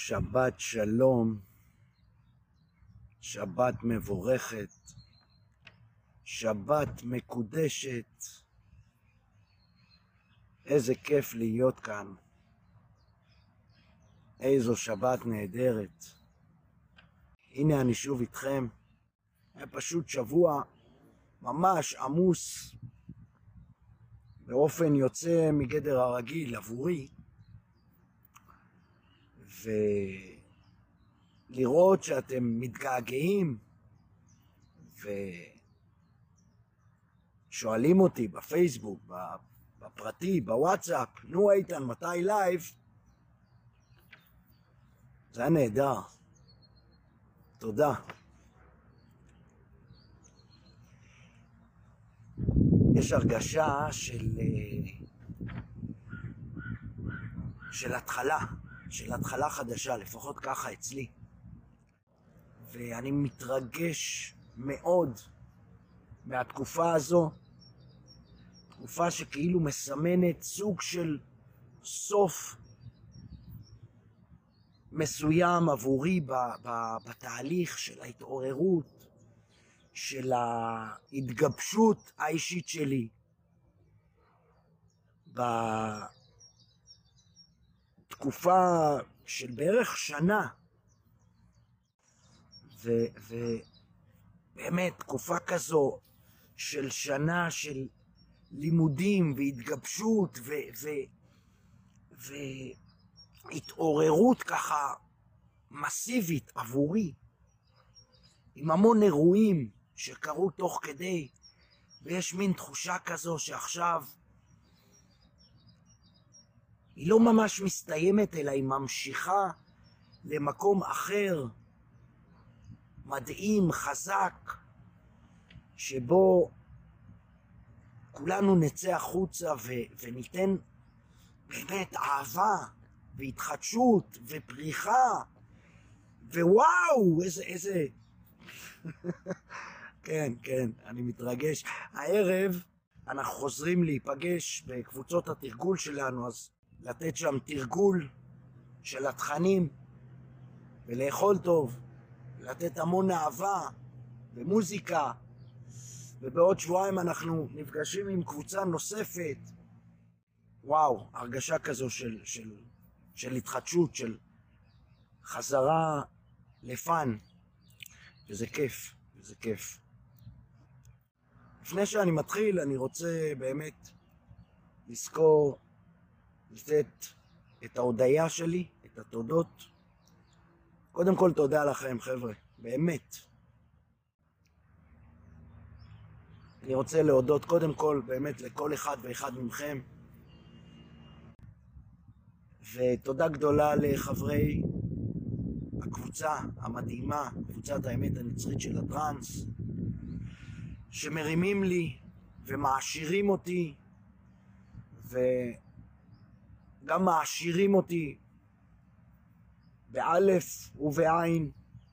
שבת שלום, שבת מבורכת, שבת מקודשת. איזה כיף להיות כאן. איזו שבת נהדרת. הנה אני שוב איתכם. היה פשוט שבוע ממש עמוס באופן יוצא מגדר הרגיל עבורי, ולראות שאתם מתגעגעים ושואלים אותי בפייסבוק, בפרטי, בוואטסאפ, נו איתן, מתי לייב? זה היה נהדר. תודה. יש הרגשה של התחלה חדשה, לפחות ככה אצלי. ואני מתרגש מאוד מהתקופה הזו, תקופה שכאילו מסמנת סוג של סוף מסוים עבורי בתהליך של ההתעוררות, של ההתגבשות האישית שלי, בתקופה של בערך שנה, ובאמת תקופה כזו של שנה של לימודים והתגבשות והתעוררות ככה מסיבית עבורי, עם המון אירועים שקרו תוך כדי, ויש מין תחושה כזו שעכשיו היא לא ממש מסתיימת, אלא היא ממשיכה למקום אחר, מדהים, חזק, שבו כולנו נצא החוצה וניתן באמת אהבה והתחדשות ופריחה, ווואו, איזה כן, אני מתרגש. הערב אנחנו חוזרים להיפגש בקבוצות התרגול שלנו, אז לתת שם תרגול של התכנים ולאכול טוב, לתת המון אהבה ומוזיקה, ובעוד שבועיים אנחנו נפגשים עם קבוצה נוספת. וואו, הרגשה כזו של התחדשות, של חזרה לפן, וזה כיף. לפני שאני מתחיל, אני רוצה באמת לזכור לתת את ההודיה שלי, את התודות. קודם כל תודה לכם חבר'ה, באמת. אני רוצה להודות קודם כל באמת לכל אחד ואחד מכם, ותודה גדולה לחברי הקבוצה המדהימה, קבוצת האמת הנצרית של הטרנס, שמרימים לי ומעשירים אותי, וגם מעשירים אותי באלף ובעין.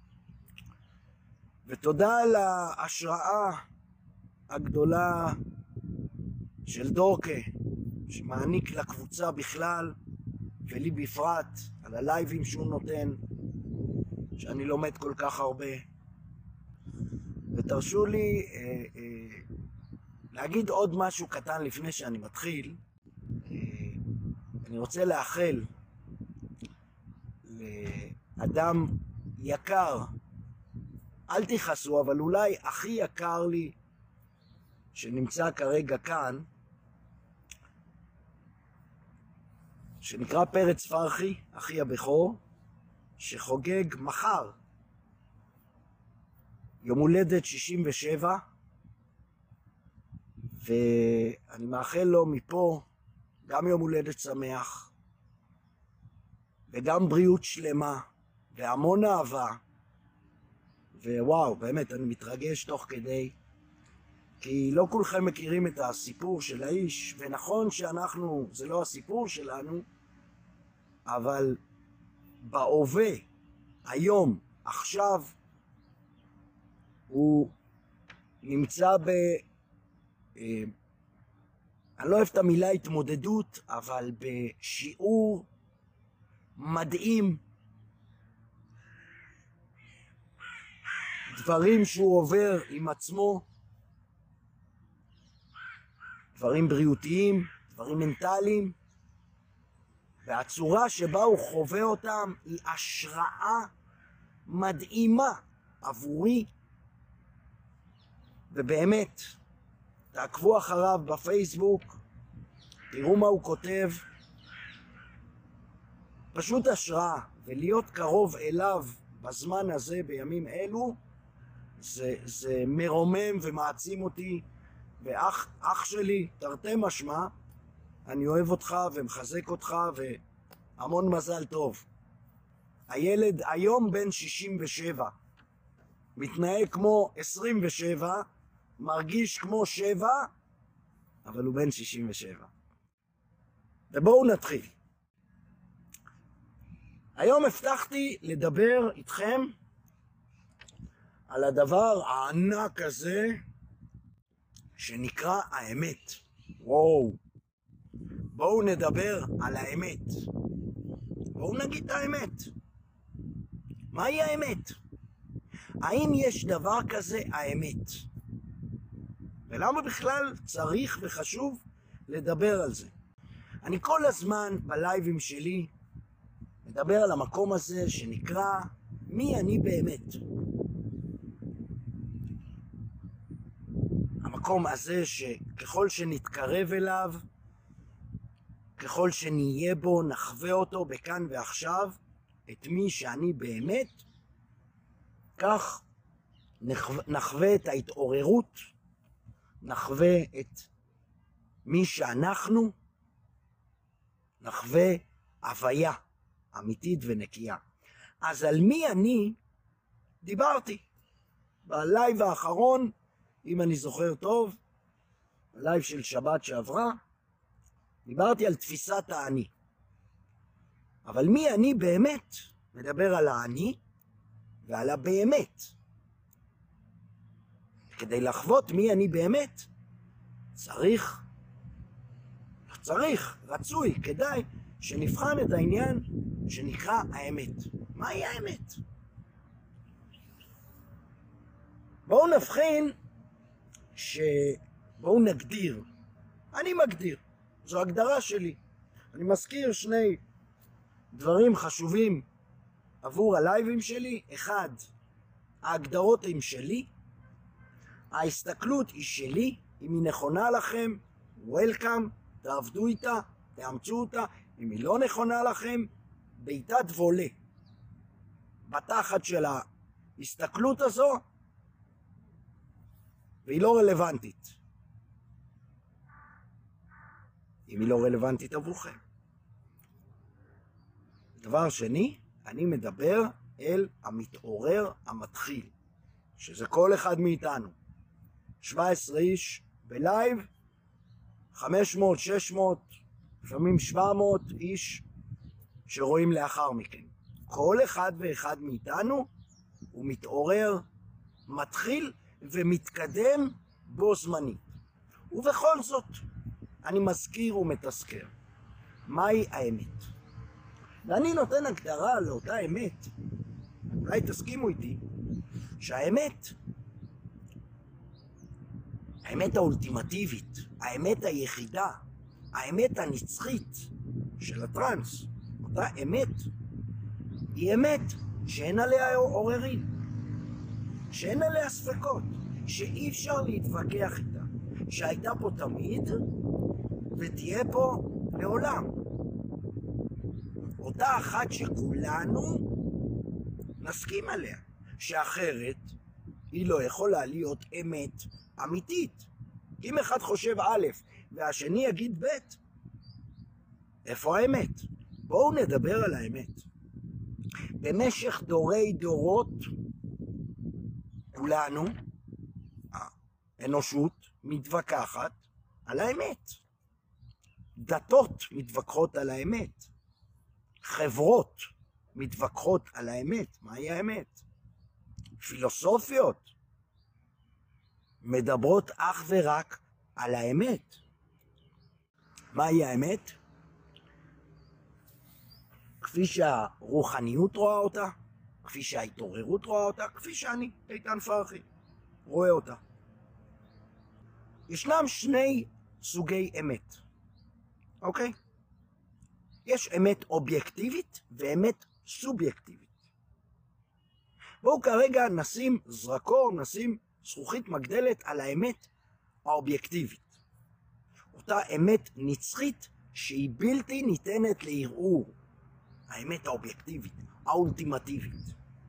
ותודה על ההשראה הגדולה של דורקה, שמעניק לקבוצה בכלל ולי בפרט, על הלייבים שהוא נותן, שאני לומד כל כך הרבה. ותרשו לי להגיד עוד משהו קטן לפני שאני מתחיל. אני רוצה לאחל לאדם יקר, אל תכעסו, אבל אולי הכי יקר לי שנמצא כרגע כאן, שנקרא פרץ פרחי, אחי הבכור, שחוגג מחר יום הולדת 67, ואני מאחל לו מפה גם יום הולדת שמח, וגם בריאות שלמה, והמון אהבה, ווואו, באמת אני מתרגש תוך כדי, כי לא כולכם מכירים את הסיפור של האיש, ונכון שאנחנו, זה לא הסיפור שלנו, אבל בהווה, היום, עכשיו, הוא נמצא אני לא אוהב את המילה התמודדות, אבל בשיעור מדהים דברים שהוא עובר עם עצמו, דברים בריאותיים, דברים מנטליים, והצורה שבה הוא חווה אותם היא השראה מדהימה עבורי, ובאמת, תעקבו אחריו בפייסבוק, תראו מה הוא כותב, פשוט השראה, ולהיות קרוב אליו בזמן הזה, בימים אלו, זה מרומם ומעצים אותי, ואח שלי, תרתי משמע, אני אוהב אותך ומחזק אותך, והמון מזל טוב. הילד היום בן 67, מתנהג כמו 27, מרגיש כמו 7, אבל הוא בן 67. ובואו נתחיל. היום הבטחתי לדבר איתכם על הדבר הענק הזה שנקרא האמת. וואו. בואו נדבר על האמת. בואו נגיד את האמת. מהי האמת? האם יש דבר כזה האמת? ולמה בכלל צריך וחשוב לדבר על זה? אני כל הזמן בלייבים שלי מדבר על המקום הזה שנקרא מי אני באמת. המקום הזה שככל שנתקרב אליו, ככל שנהיה בו, נחווה אותו בכאן ועכשיו, את מי שאני באמת, כך נחווה את ההתעוררות, נחווה את מי שאנחנו, נחווה הוויה אמיתית ונקייה. אז על מי אני דיברתי בלייב האחרון, אם אני זוכר טוב, בלייב של שבת שעברה, דיברתי על תפיסת האני. אבל מי אני באמת? מדבר על האני ועל הבאמת. כדי לחוות מי אני באמת, רצוי, כדאי שנבחן את העניין שנקרא האמת. מהי האמת? בואו נבחין בואו נגדיר. אני מגדיר. זו הגדרה שלי. אני מזכיר שני דברים חשובים עבור הלייבים שלי. אחד, ההגדרות הן שלי. ההסתכלות היא שלי. אם היא נכונה לכם, וולקאם, תעבדו איתה, תאמצו אותה. אם היא לא נכונה לכם, בעיטת וולה. בתחת של ההסתכלות הזו, והיא לא רלוונטית. אם היא לא רלוונטית עבורכם. דבר שני, אני מדבר אל המתעורר המתחיל, שזה כל אחד מאיתנו. 17 איש בלייב, 500, 600, לפעמים 700 איש שרואים לאחר מכן. כל אחד ואחד מאיתנו הוא מתעורר, מתחיל ומתקדם בו זמנית. ובכל זאת, אני מזכיר ומתזכר. מהי האמת? ואני נותן הגדרה לאותה אמת. אולי תסכימו איתי, שהאמת, האמת האולטימטיבית, האמת היחידה, האמת הנצחית של הטרנס, אותה אמת, היא אמת שאין עליה עוררין, שאין עליה ספקות, שאי אפשר להתווכח איתה, שהייתה פה תמיד ותהיה פה לעולם. אותה אחת שכולנו נסכים עליה, שאחרת היא לא יכולה להיות אמת אמיתית. אם אחד חושב א' והשני יגיד ב', איפה האמת? בואו נדבר על האמת. במשך דורי דורות, כולנו, האנושות, מתווכחת על האמת. דתות מתווכחות על האמת. חברות מתווכחות על האמת. מהי האמת? פילוסופיות מדברות אך ורק על האמת. מהי האמת? כפי שהרוחניות רואה אותה, כפי שההתעוררות רואה אותה, כפי שאני, איתן פרחי, רואה אותה. ישנם שני סוגי אמת, אוקיי? יש אמת אובייקטיבית ואמת סובייקטיבית. בואו כרגע נשים זרקור, נשים זכוכית מגדלת על האמת האובייקטיבית. אותה אמת נצחית שהיא בלתי ניתנת לערעור. האמת האובייקטיבית, האולטימטיבית.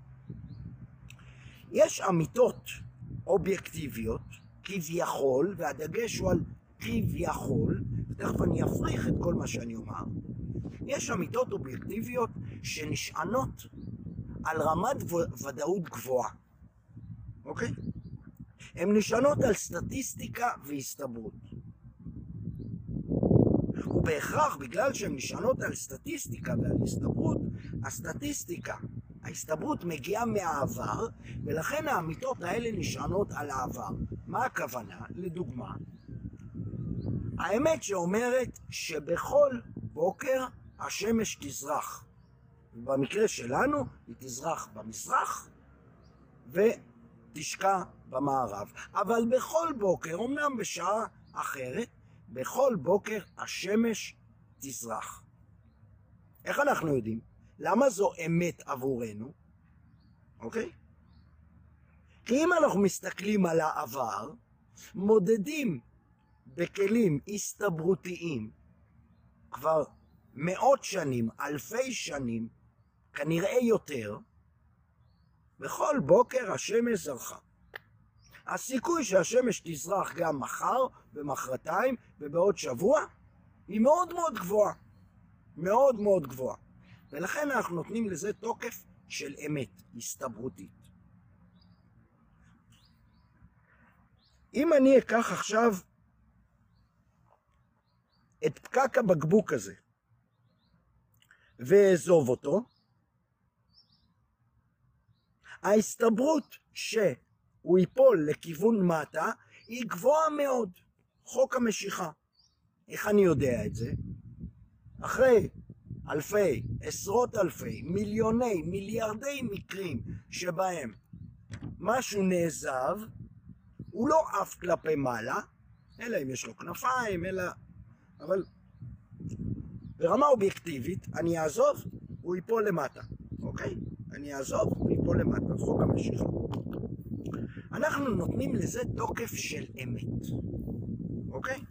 יש אמיתות אובייקטיביות, כביכול, והדגש הוא על כביכול, ותכף אני אפריך את כל מה שאני אומר. יש אמיתות אובייקטיביות שנשענות על רמת ודאות גבוהה. אוקיי? הן נשענות על סטטיסטיקה והסתברות. ובהכרח, בגלל שהן נשענות על סטטיסטיקה ועל הסתברות, ההסתברות מגיעה מהעבר, ולכן האמיתות האלה נשענות על העבר. מה הכוונה? לדוגמה, האמת שאומרת שבכל בוקר השמש תזרח. במקרה שלנו היא תזרח במזרח ותשקע במערב. אבל בכל בוקר, אומנם בשעה אחרת, בכל בוקר השמש תזרח. איך אנחנו יודעים? למה זו אמת עבורנו? אוקיי? כי אם אנחנו מסתכלים על העבר, מודדים בכלים הסתברותיים כבר מאות שנים, אלפי שנים, כנראה יותר, בכל בוקר השמש זרחה. הסיכוי שהשמש תזרח גם מחר ומחרתיים ובעוד שבוע היא מאוד מאוד גבוהה. מאוד מאוד גבוהה. ולכן אנחנו נותנים לזה תוקף של אמת, הסתברותית. אם אני אקח עכשיו את פקק הבקבוק הזה ואעזוב אותו, ההסתברות שהוא ייפול לכיוון מטה היא גבוהה מאוד. חוק המשיכה. איך אני יודע את זה? אחרי אלפי, עשרות אלפי, מיליוני, מיליארדי מקרים שבהם משהו נעזב, הוא לא עף כלפי מעלה, אלא אם יש לו כנפיים, אבל ברמה אובייקטיבית, אני אעזוב, הוא ייפול למטה, אוקיי? אני אעזוב, הוא ייפול למטה, חוק המשיכה. אנחנו נותנים לזה תוקף של אמת, אוקיי?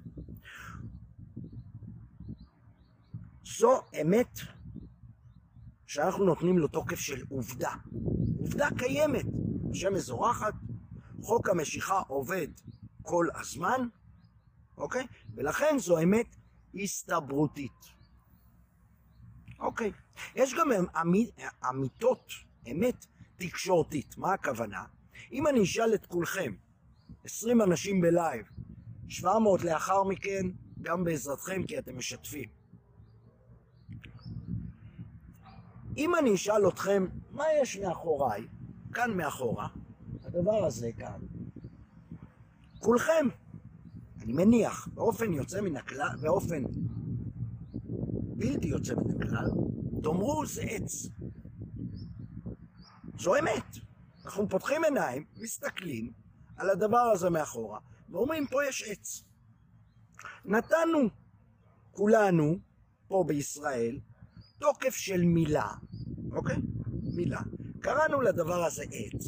זו אמת שאנחנו נותנים לו תוקף של עובדה. עובדה קיימת, השמש זורחת, חוק המשיכה עובד כל הזמן, אוקיי? ולכן זו אמת הסתברותית. אוקיי. יש גם אמיתות, אמת תקשורתית. מה הכוונה? אם אני אשאל את כולכם, 20 אנשים בלייב, 700 לאחר מכן, גם בעזרתכם כי אתם משתפים. אם אני אשאל אתכם, מה יש מאחוריי, כאן מאחורה, הדבר הזה כאן, כולכם, אני מניח, באופן יוצא מן הכלל, באופן בלתי יוצא מן הכלל, תאמרו זה עץ. זו אמת. אנחנו פותחים עיניים, מסתכלים על הדבר הזה מאחורה, ואומרים פה יש עץ. נתנו כולנו, פה בישראל, תוקף של מילה, אוקיי? מילה. קראנו לדבר הזה עץ.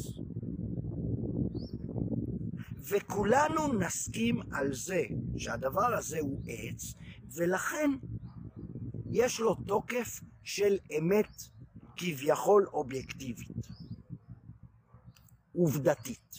וכולנו נסכים על זה שהדבר הזה הוא עץ, ולכן יש לו תוקף של אמת כביכול אובייקטיבית, עובדתית.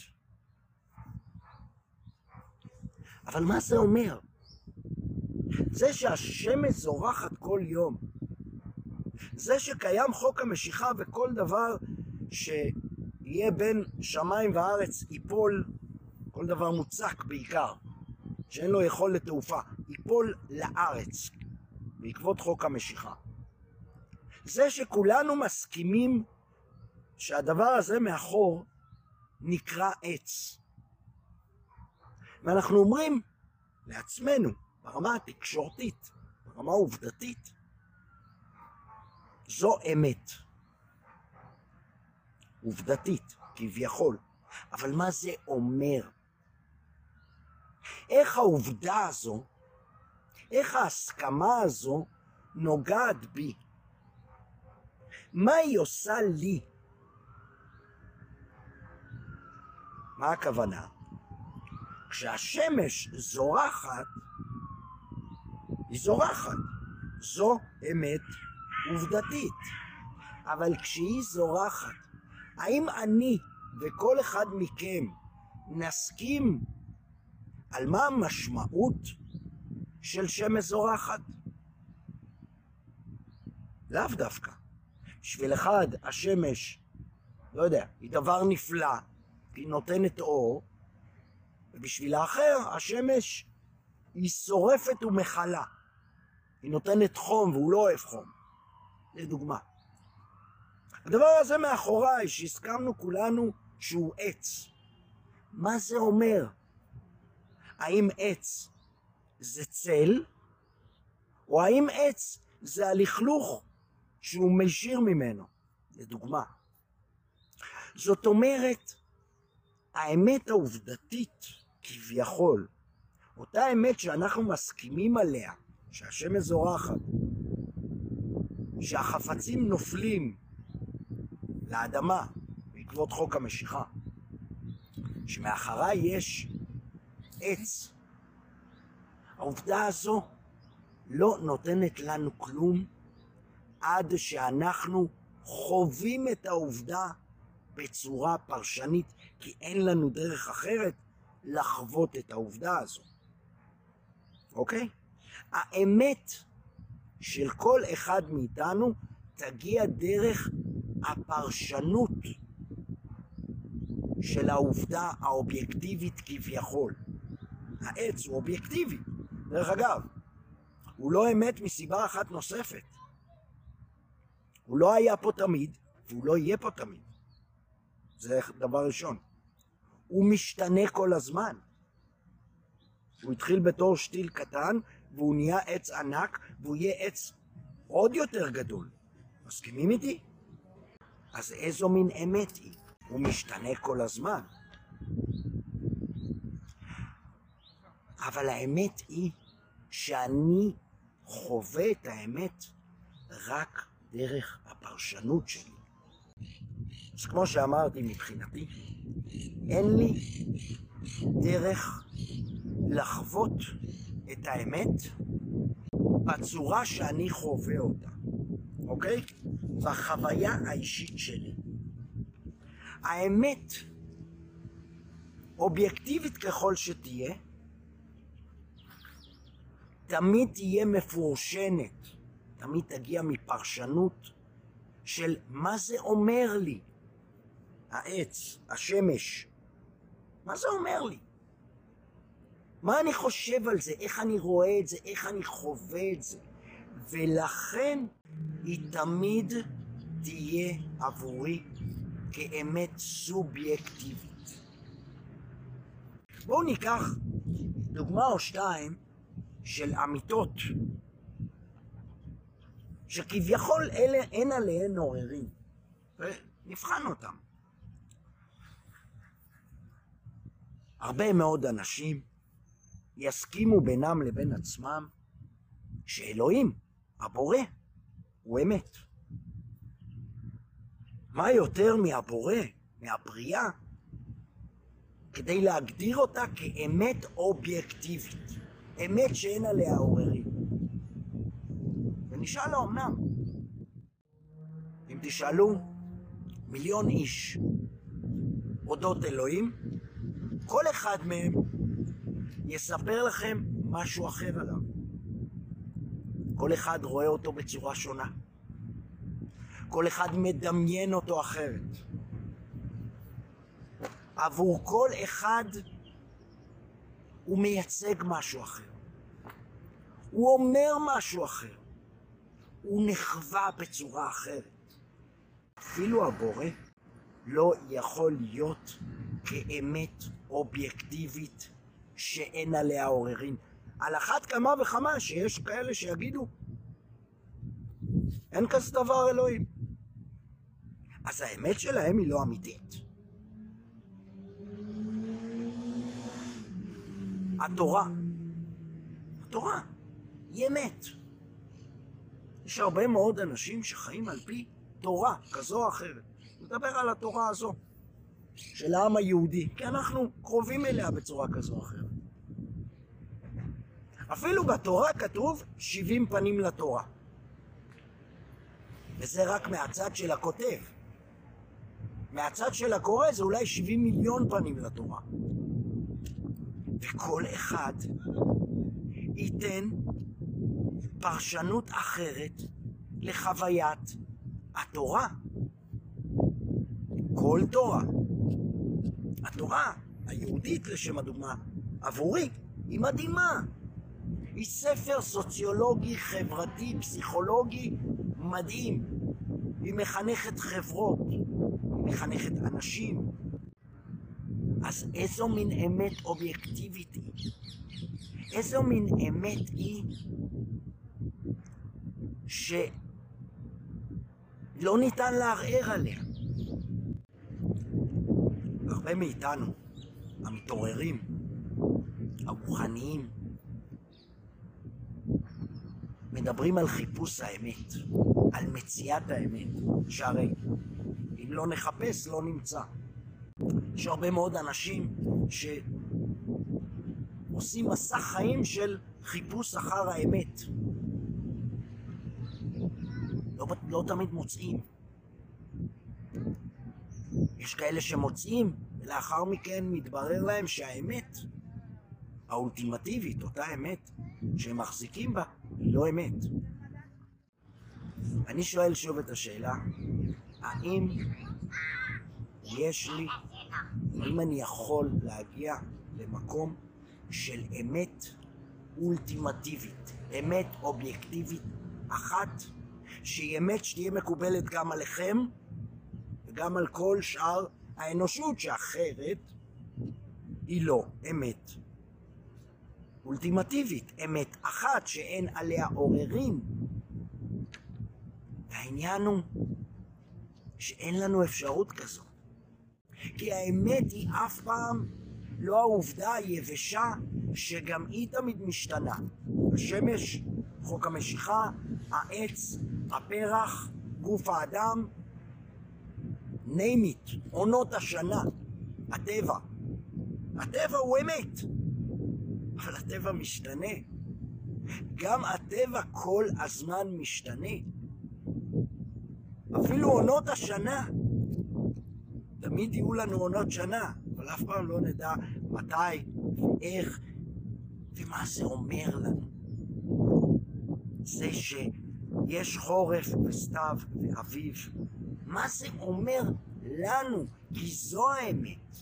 אבל מה זה אומר? זה שהשמש זורחת כל יום, זה שקיים חוק המשיכה וכל דבר שיהיה בין שמיים וארץ ייפול, כל דבר מוצק בעיקר, שאין לו יכולת תעופה, ייפול לארץ בעקבות חוק המשיכה. זה שכולנו מסכימים שהדבר הזה מאחור נקרא עץ. ואנחנו אומרים לעצמנו, ברמה התקשורתית, ברמה העובדתית, זו אמת. עובדתית, כביכול. אבל מה זה אומר? איך העובדה הזו, איך ההסכמה הזו נוגעת בי? מה היא עושה לי? מה הכוונה? כשהשמש זורחת, היא זורחת. זו אמת עובדתית. אבל כשהיא זורחת, האם אני וכל אחד מכם נסכים על מה המשמעות של שמש זורחת? לאו דווקא. בשביל אחד השמש, לא יודע, היא דבר נפלא, היא נותנת אור, ובשביל האחר השמש היא שורפת ומחלה. היא נותנת חום והוא לא אוהב חום. לדוגמה. הדבר הזה מאחוריי שהסכמנו כולנו שהוא עץ. מה זה אומר? האם עץ זה צל, או האם עץ זה הלכלוך שהוא מישיר ממנו? לדוגמה. זאת אומרת, האמת העובדתית כביכול, אותה אמת שאנחנו מסכימים עליה, שהשמש זורחת, שהחפצים נופלים לאדמה בעקבות חוק המשיכה, שמאחורי יש עץ. העובדה הזו לא נותנת לנו כלום עד שאנחנו חווים את העובדה בצורה פרשנית, כי אין לנו דרך אחרת לחוות את העובדה הזו. אוקיי? האמת של כל אחד מאיתנו תגיע דרך הפרשנות של העובדה האובייקטיבית כביכול. העץ הוא אובייקטיבי. דרך אגב, הוא לא אמת מסיבה אחת נוספת. הוא לא היה פה תמיד, והוא לא יהיה פה תמיד. זה דבר ראשון. הוא משתנה כל הזמן. הוא התחיל בתור שתיל קטן, והוא נהיה עץ ענק, והוא יהיה עץ עוד יותר גדול. מסכימים איתי? אז איזו מין אמת היא? הוא משתנה כל הזמן. אבל האמת היא שאני חווה את האמת רק דרך הפרשנות שלי. אז כמו שאמרתי, מבחינתי, אין לי דרך לחוות את האמת בצורה שאני חווה אותה, אוקיי? בחוויה האישית שלי. האמת, אובייקטיבית ככל שתהיה, תמיד תהיה מפורשנת, תמיד תגיע מפרשנות של מה זה אומר לי, העץ, השמש, מה זה אומר לי? מה אני חושב על זה, איך אני רואה את זה, איך אני חווה את זה, ולכן היא תמיד תהיה עבורי כאמת סובייקטיבית. בואו ניקח דוגמה או שתיים של אמיתות שכביכול אלה אין עליהן עוררין, ונבחן אותם. הרבה מאוד אנשים יסכימו בינם לבין עצמם שאלוהים, הבורא, הוא אמת. מה יותר מהבורא, מהבריאה, כדי להגדיר אותה כאמת אובייקטיבית, אמת שאין עליה עוררין. ונשאל האומנם, אם תשאלו 1,000,000 איש אודות אלוהים, כל אחד מהם יספר לכם משהו אחר עליו. כל אחד רואה אותו בצורה שונה. כל אחד מדמיין אותו אחרת. עבור כל אחד הוא מייצג משהו אחר. הוא אומר משהו אחר. הוא נחווה בצורה אחרת. אפילו הבורא לא יכול להיות כאמת אובייקטיבית שאין עליה עוררין. על אחת כמה וכמה שיש כאלה שיגידו אין כזה דבר אלוהים. אז האמת שלהם היא לא אמיתית. התורה היא אמת. יש הרבה מאוד אנשים שחיים על פי תורה כזו או אחרת. נדבר על התורה הזו של העם היהודי, כי אנחנו קרובים אליה בצורה כזו או אחרת. אפילו בתורה כתוב 70 פנים לתורה. וזה רק מהצד של הכותב. מהצד של הקורא זה אולי 70 מיליון פנים לתורה. וכל אחד ייתן פרשנות אחרת לחוויית התורה. כל תורה. התורה היהודית לשם הדוגמה, עבורי, היא מדהימה. היא ספר סוציולוגי, חברתי, פסיכולוגי מדהים. היא מחנכת חברות, היא מחנכת אנשים. אז איזו מין אמת אובייקטיבית היא? איזו מין אמת היא שלא ניתן לערער עליה? הרבה מאיתנו, המתעוררים, הרוחניים, מדברים על חיפוש האמת, על מציאת האמת, שהרי אם לא נחפש לא נמצא. יש הרבה מאוד אנשים שעושים מסע חיים של חיפוש אחר האמת. לא תמיד מוצאים. יש כאלה שמוצאים, ולאחר מכן מתברר להם שהאמת האולטימטיבית, אותה אמת שהם מחזיקים בה, היא לא אמת. אני שואל שוב את השאלה, האם יש לי, האם אני יכול להגיע למקום של אמת אולטימטיבית, אמת אובייקטיבית אחת, שהיא אמת שתהיה מקובלת גם עליכם וגם על כל שאר האנושות, שאחרת היא לא אמת אולטימטיבית, אמת אחת שאין עליה עוררין. והעניין הוא שאין לנו אפשרות כזו, כי האמת היא אף פעם לא העובדה היבשה שגם היא תמיד משתנה. השמש, חוק המשיכה, העץ, הפרח, גוף האדם, name it, עונות השנה, הטבע. הטבע הוא אמת, אבל הטבע משתנה. גם הטבע כל הזמן משתנה. אפילו עונות השנה. תמיד יהיו לנו עונות שנה, אבל אף פעם לא נדע מתי ואיך ומה זה אומר לנו. זה שיש חורף וסתיו ואביב, מה זה אומר לנו? כי זו האמת.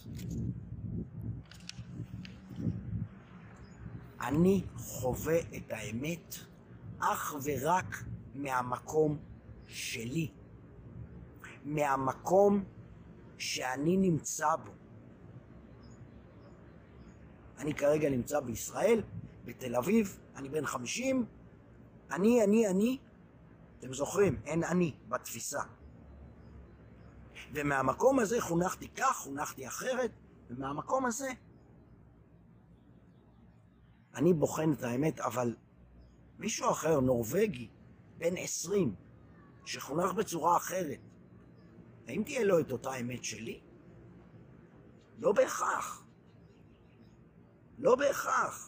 אני חווה את האמת אך ורק מהמקום שלי, מהמקום שאני נמצא בו. אני כרגע נמצא בישראל, בתל אביב, אני בן 50, אני, אתם זוכרים, אין אני בתפיסה. ומהמקום הזה חונכתי כך, חונכתי אחרת, ומהמקום הזה אני בוחן את האמת, אבל מישהו אחר, נורווגי, בן 20, שחונך בצורה אחרת, האם תהיה לו את אותה אמת שלי? לא בהכרח. לא בהכרח.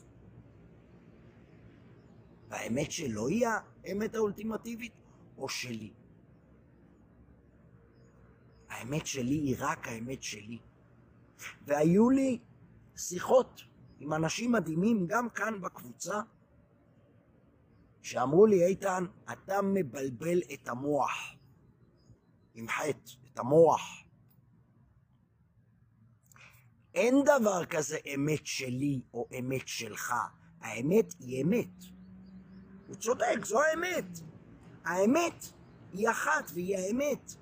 והאמת שלו היא האמת האולטימטיבית, או שלי? האמת שלי היא רק האמת שלי. והיו לי שיחות עם אנשים מדהימים, גם כאן בקבוצה, שאמרו לי, איתן, אתה מבלבל את המוח. עם חטא, את המוח. אין דבר כזה אמת שלי או אמת שלך. האמת היא אמת. הוא צודק, זו האמת. האמת היא אחת והיא האמת.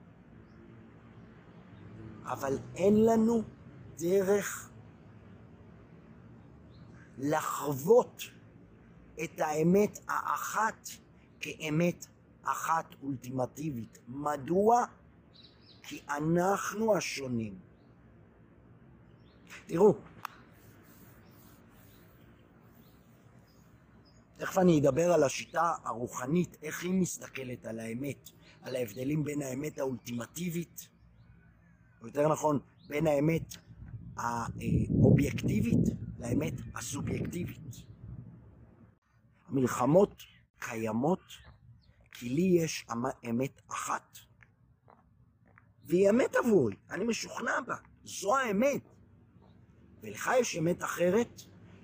אבל אין לנו דרך לחוות את האמת האחת כאמת אחת אולטימטיבית. מדוע? כי אנחנו השונים. תראו, תכף אני אדבר על השיטה הרוחנית, איך היא מסתכלת על האמת, על ההבדלים בין האמת האולטימטיבית, או יותר נכון, בין האמת האובייקטיבית לאמת הסובייקטיבית. המלחמות קיימות כי לי יש אמת אחת, והיא אמת עבורי, אני משוכנע בה, זו האמת. ולך יש אמת אחרת,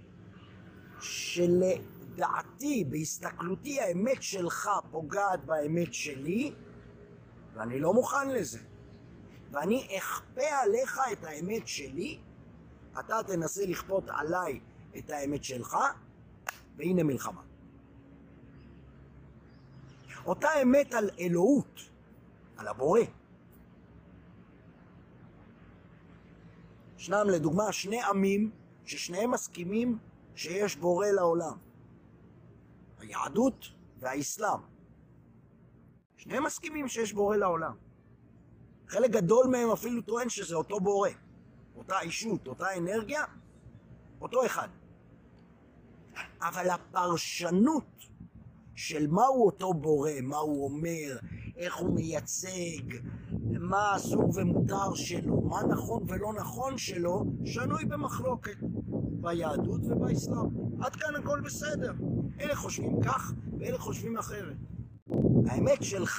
שלדעתי, בהסתכלותי, האמת שלך פוגעת באמת שלי, ואני לא מוכן לזה. ואני אכפה עליך את האמת שלי, אתה תנסה לכפות עליי את האמת שלך, והנה מלחמה. אותה אמת על אלוהות, על הבורא. ישנם לדוגמה שני עמים ששניהם מסכימים שיש בורא לעולם. היהדות והאסלאם. שניהם מסכימים שיש בורא לעולם. חלק גדול מהם אפילו טוען שזה אותו בורא. אותה אישות, אותה אנרגיה, אותו אחד. אבל הפרשנות של מהו אותו בורא, מה הוא אומר, איך הוא מייצג, מה אסור ומותר שלו, מה נכון ולא נכון שלו, שנוי במחלוקת ביהדות ובאסלאם. עד כאן הכל בסדר. אלה חושבים כך ואלה חושבים אחרת. האמת שלך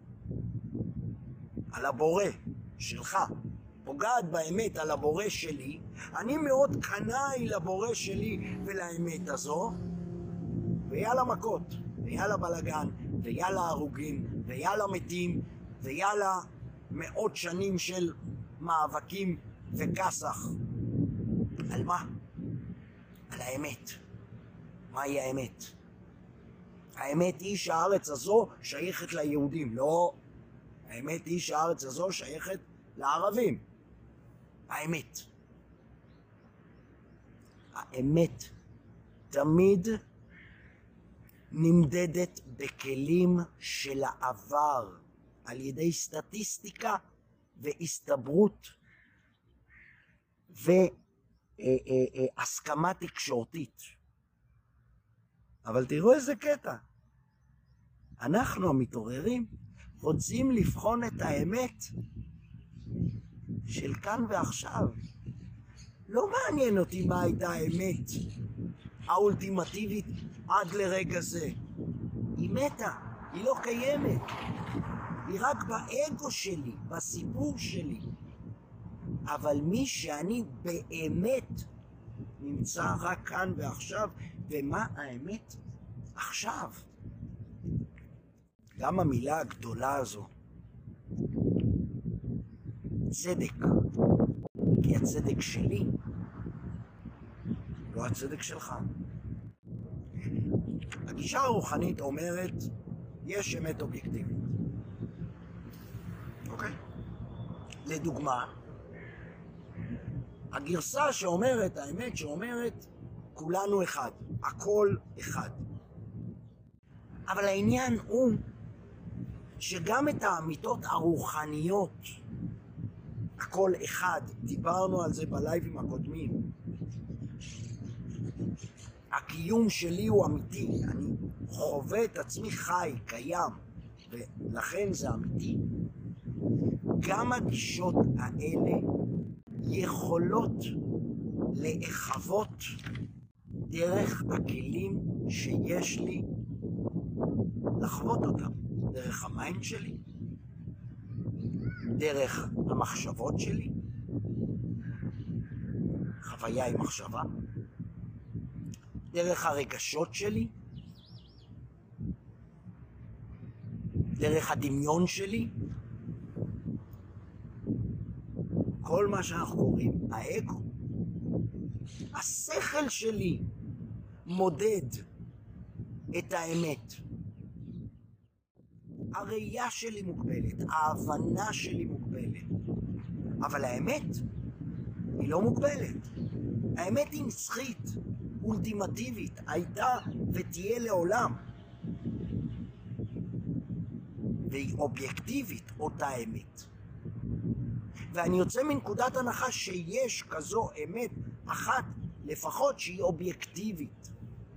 על הבורא שלך פוגעת באמת על הבורא שלי, אני מאוד קנאי לבורא שלי ולאמת הזו, ויאללה מכות, ויאללה בלגן, ויאללה הרוגים, ויאללה מתים, ויאללה מאות שנים של מאבקים וכסח. על מה? על האמת. מהי האמת? האמת היא שהארץ הזו שייכת ליהודים. לא. האמת היא שהארץ הזו שייכת לערבים. האמת. האמת תמיד נמדדת בכלים של העבר, על ידי סטטיסטיקה והסתברות והסכמה תקשורתית. אבל תראו איזה קטע. אנחנו המתעוררים רוצים לבחון את האמת של כאן ועכשיו. לא מעניין אותי מה הייתה האמת האולטימטיבית עד לרגע זה. היא מתה, היא לא קיימת. היא רק באגו שלי, בסיפור שלי. אבל מי שאני באמת נמצא רק כאן ועכשיו, ומה האמת עכשיו? גם המילה הגדולה הזו, צדק, כי הצדק שלי, לא הצדק שלך. הגישה הרוחנית אומרת, יש אמת אובייקטיבית. אוקיי? לדוגמה, הגרסה שאומרת, האמת שאומרת, כולנו אחד, הכל אחד. אבל העניין הוא שגם את האמיתות הרוחניות, הכל אחד, דיברנו על זה בלייבים הקודמים. הקיום שלי הוא אמיתי, אני חווה את עצמי חי, קיים, ולכן זה אמיתי. גם הגישות האלה יכולות להיחוות דרך הכלים שיש לי לחוות אותם, דרך המיינד שלי, דרך המחשבות שלי, חוויה עם מחשבה, דרך הרגשות שלי, דרך הדמיון שלי, כל מה שאנחנו קוראים האגו. השכל שלי מודד את האמת. הראייה שלי מוגבלת, ההבנה שלי מוגבלת. אבל האמת היא לא מוגבלת. האמת היא נצחית, אולטימטיבית, הייתה ותהיה לעולם. והיא אובייקטיבית, אותה אמת. ואני יוצא מנקודת הנחה שיש כזו אמת אחת לפחות שהיא אובייקטיבית.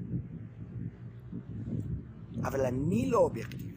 אבל אני לא אובייקטיבי.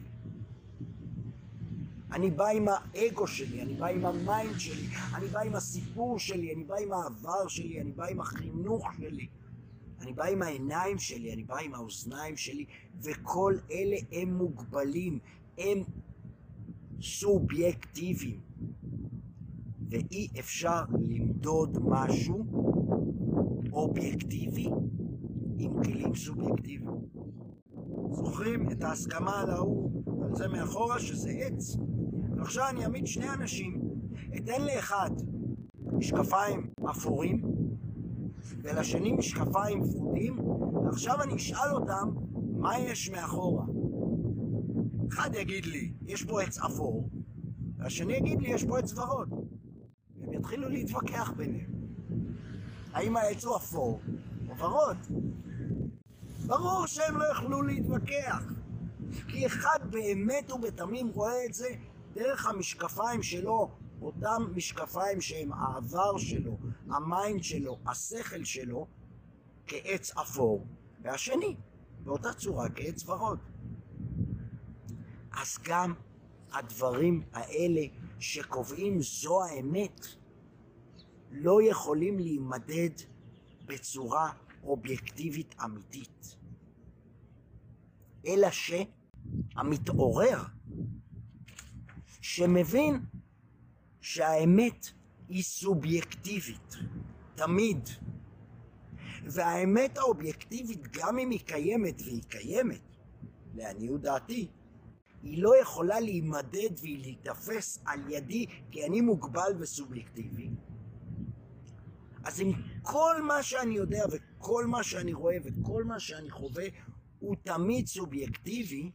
אני בא עם האגו שלי, אני בא עם המיינד שלי, אני בא עם הסיפור שלי, אני בא עם העבר שלי, אני בא עם החינוך שלי, אני בא עם העיניים שלי, אני בא עם האוזניים שלי, וכל אלה הם מוגבלים, הם סובייקטיביים. ואי אפשר למדוד משהו אובייקטיבי עם כלים סובייקטיביים. זוכרים את ההסכמה על ההוא, על זה מאחורה שזה עץ? ועכשיו אני אעמיד שני אנשים, אתן לאחד משקפיים אפורים ולשני משקפיים ורודים, ועכשיו אני אשאל אותם מה יש מאחורה. אחד יגיד לי יש פה עץ אפור, והשני יגיד לי יש פה עץ ורוד. הם יתחילו להתווכח ביניהם, האם העץ הוא אפור או ורוד. ברור שהם לא יוכלו להתווכח, כי אחד באמת ובתמים רואה את זה דרך המשקפיים שלו, אותם משקפיים שהם העבר שלו, המיינד שלו, השכל שלו, כעץ אפור, והשני באותה צורה כעץ ורוד. אז גם הדברים האלה שקובעים זו האמת לא יכולים להימדד בצורה אובייקטיבית אמיתית, אלא שהמתעורר שמבין שהאמת היא סובייקטיבית תמיד, והאמת האובייקטיבית גם אם היא קיימת, והיא קיימת לעניות דעתי, היא לא יכולה להימדד ולהתאפס על ידי, כי אני מוגבל וסובייקטיבי. אז אם כל מה שאני יודע וכל מה שאני רואה וכל מה שאני חווה הוא תמיד סובייקטיבי,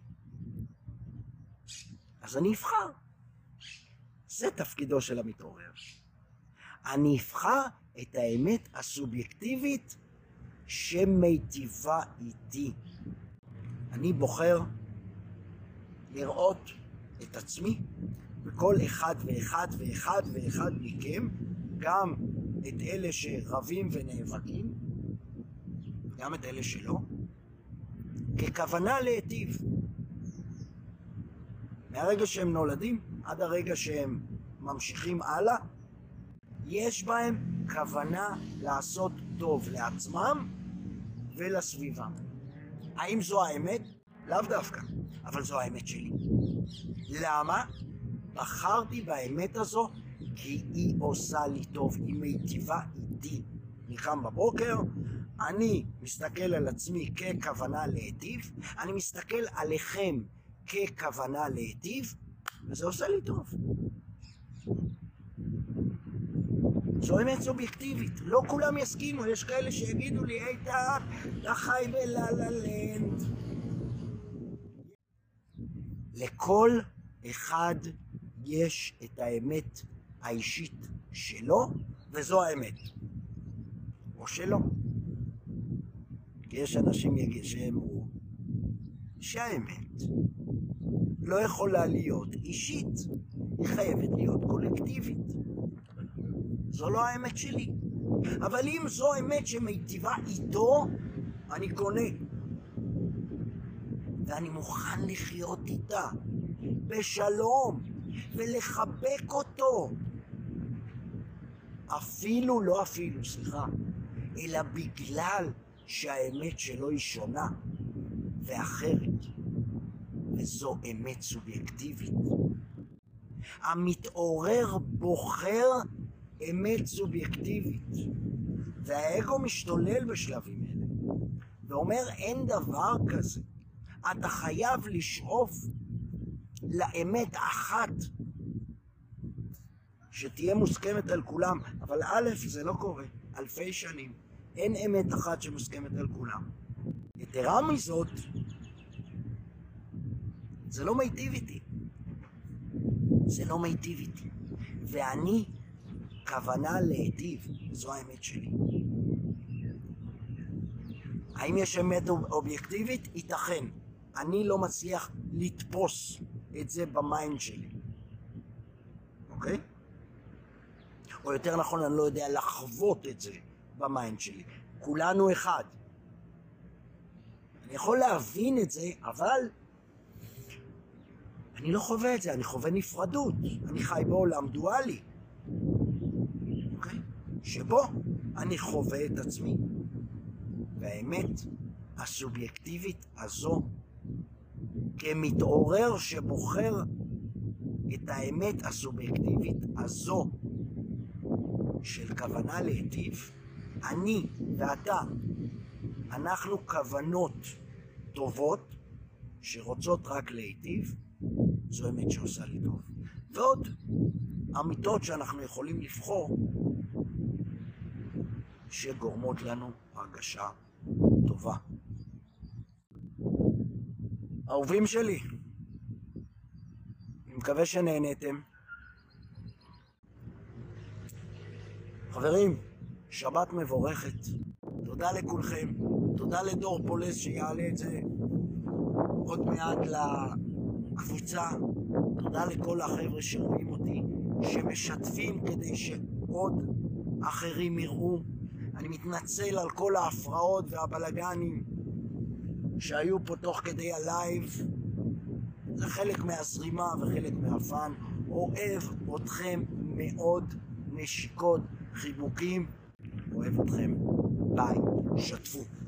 אז אני אבחר. זה תפקידו של המתעורר. אני אבחר את האמת הסובייקטיבית שמיטיבה איתי. אני בוחר לראות את עצמי וכל אחד ואחד ואחד ואחד מכם, גם את אלה שרבים ונאבקים, גם את אלה שלא, ככוונה להיטיב. מהרגע שהם נולדים עד הרגע שהם ממשיכים הלאה, יש בהם כוונה לעשות טוב לעצמם ולסביבה. האם זו האמת? לאו דווקא, אבל זו האמת שלי. למה? בחרתי באמת הזו כי היא עושה לי טוב, היא מיטיבה איתי. אני קם בבוקר, אני מסתכל על עצמי ככוונה להיטיב, אני מסתכל עליכם ככוונה להיטיב, וזה עושה לי טוב. זו אמת סובייקטיבית, לא כולם יסכימו, יש כאלה שיגידו לי, איתן, אתה חי בלה-לה-לנד. לכל אחד יש את האמת האישית שלו, וזו האמת. או שלא. כי יש אנשים שאמרו שהאמת לא יכולה להיות אישית, היא חייבת להיות קולקטיבית. זו לא האמת שלי. אבל אם זו אמת שמיטיבה איתו, אני קונה. ואני מוכן לחיות איתה בשלום ולחבק אותו. אלא בגלל שהאמת שלו היא שונה ואחרת. וזו אמת סובייקטיבית. המתעורר בוחר אמת סובייקטיבית. והאגו משתולל בשלבים אלה. ואומר אין דבר כזה. אתה חייב לשאוף לאמת אחת שתהיה מוסכמת על כולם. אבל א', זה לא קורה. אלפי שנים. אין אמת אחת שמוסכמת על כולם. יתרה מזאת, זה לא מיטיב איתי. זה לא מיטיב איתי. ואני כוונה להיטיב. זו האמת שלי. האם יש אמת אובייקטיבית? ייתכן. אני לא מצליח לתפוס את זה במיינד שלי. אוקיי? או יותר נכון, אני לא יודע לחוות את זה במיינד שלי. כולנו אחד. אני יכול להבין את זה, אבל אני לא חווה את זה, אני חווה נפרדות. אני חי בעולם דואלי. אוקיי? שבו אני חווה את עצמי. והאמת הסובייקטיבית הזו, כמתעורר שבוחר את האמת הסובייקטיבית הזו של כוונה להיטיב, אני ואתה, אנחנו כוונות טובות שרוצות רק להיטיב, זו אמת שעושה לי טוב. ועוד אמיתות שאנחנו יכולים לבחור שגורמות לנו הרגשה טובה. אהובים שלי, אני מקווה שנהנתם. חברים, שבת מבורכת. תודה לכולכם. תודה לדור פולס שיעלה את זה עוד מעט לקבוצה. תודה לכל החבר'ה שרואים אותי, שמשתפים כדי שעוד אחרים יראו. אני מתנצל על כל ההפרעות והבלגנים שהיו פה תוך כדי הלייב. זה חלק מהזרימה וחלק מהפן. אוהב אתכם מאוד. נשיקות, חיבוקים. אוהב אתכם. ביי. שתפו.